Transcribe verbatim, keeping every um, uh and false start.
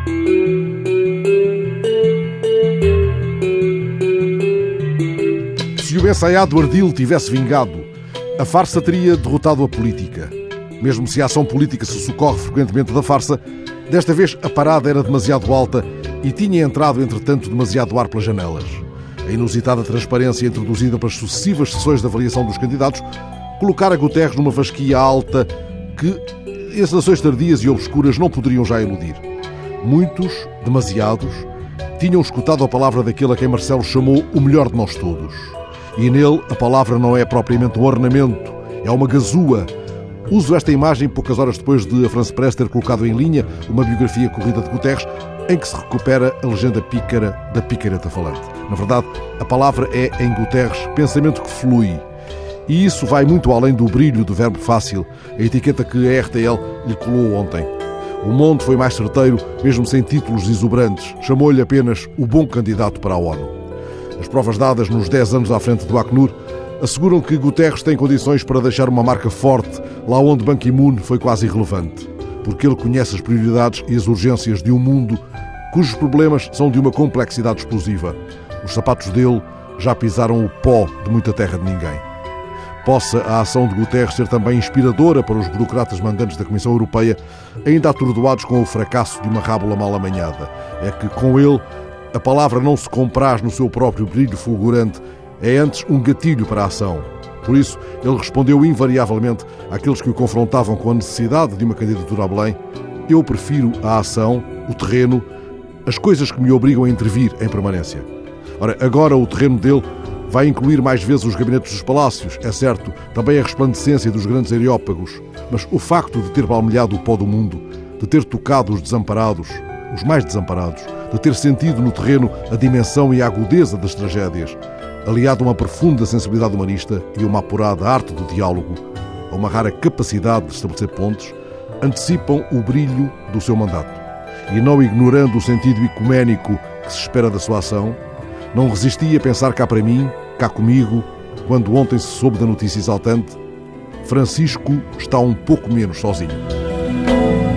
Se o ensaiado ardil tivesse vingado, a farsa teria derrotado a política. Mesmo se a ação política se socorre frequentemente da farsa, desta vez a parada era demasiado alta e tinha entrado, entretanto, demasiado ar pelas janelas. A inusitada transparência introduzida pelas sucessivas sessões de avaliação dos candidatos colocara Guterres numa fasquia alta que encenações tardias e obscuras não poderiam já iludir. Muitos, demasiados, tinham escutado a palavra daquele a quem Marcelo chamou o melhor de nós todos. E nele a palavra não é propriamente um ornamento, é uma gazua. Uso esta imagem poucas horas depois de a France Press ter colocado em linha uma biografia corrida de Guterres, em que se recupera a legenda pícara da picareta falante. Na verdade, a palavra é, em Guterres, pensamento que flui. E isso vai muito além do brilho do verbo fácil, a etiqueta que a R T L lhe colou ontem. O Monde foi mais certeiro, mesmo sem títulos exuberantes. Chamou-lhe apenas o bom candidato para a ONU. As provas dadas nos dez anos à frente do Acnur asseguram que Guterres tem condições para deixar uma marca forte lá onde Ban Ki-moon foi quase irrelevante, porque ele conhece as prioridades e as urgências de um mundo cujos problemas são de uma complexidade explosiva. Os sapatos dele já pisaram o pó de muita terra de ninguém. Possa a ação de Guterres ser também inspiradora para os burocratas mandantes da Comissão Europeia, ainda atordoados com o fracasso de uma rábula mal amanhada. É que, com ele, a palavra não se compraz no seu próprio brilho fulgurante, é antes um gatilho para a ação. Por isso, ele respondeu invariavelmente àqueles que o confrontavam com a necessidade de uma candidatura a Belém: eu prefiro a ação, o terreno, as coisas que me obrigam a intervir em permanência. Ora, agora o terreno dele vai incluir mais vezes os gabinetes dos palácios, é certo, também a resplandecência dos grandes areópagos, mas o facto de ter palmilhado o pó do mundo, de ter tocado os desamparados, os mais desamparados, de ter sentido no terreno a dimensão e a agudeza das tragédias, aliado a uma profunda sensibilidade humanista e uma apurada arte do diálogo, a uma rara capacidade de estabelecer pontes, antecipam o brilho do seu mandato. E não ignorando o sentido ecuménico que se espera da sua ação, não resisti a pensar cá para mim, cá comigo, quando ontem se soube da notícia exaltante: Francisco está um pouco menos sozinho.